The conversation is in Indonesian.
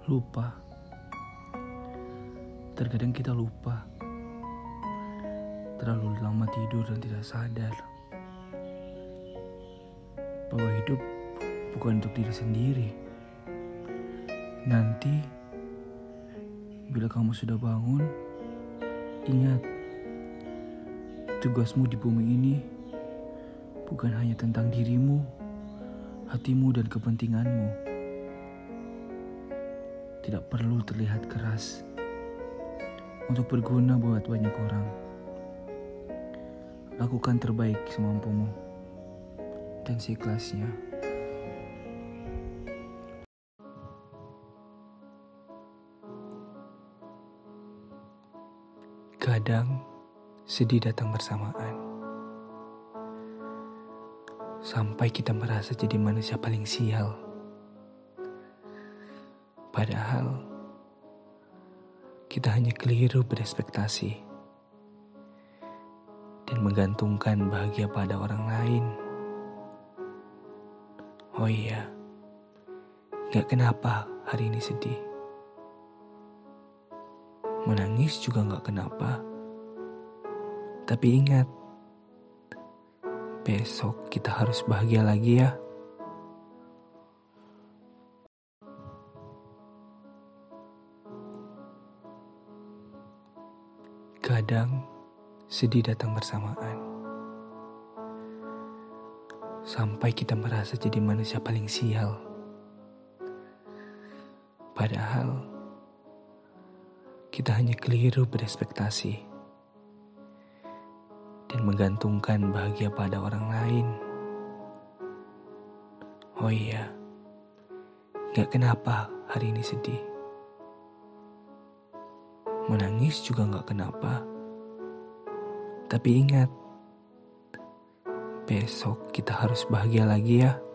Lupa. Terkadang kita lupa. Terlalu lama tidur dan tidak sadar bahwa hidup bukan untuk diri sendiri. Nanti bila kamu sudah bangun, ingat, tugasmu di bumi ini bukan hanya tentang dirimu, hatimu, dan kepentinganmu. Tidak perlu terlihat keras untuk berguna buat banyak orang. Lakukan terbaik semampumu dan seikhlasnya. Kadang sedih datang bersamaan, sampai kita merasa jadi manusia paling sial. Padahal kita hanya keliru berekspektasi dan menggantungkan bahagia pada orang lain. Oh iya, gak kenapa hari ini sedih. Menangis juga gak kenapa. Tapi ingat, besok kita harus bahagia lagi ya. Kadang sedih datang bersamaan, sampai kita merasa jadi manusia paling sial. Padahal kita hanya keliru berekspektasi dan menggantungkan bahagia pada orang lain. Oh iya, gak kenapa hari ini sedih. Menangis juga gak kenapa. Tapi ingat, besok kita harus bahagia lagi ya.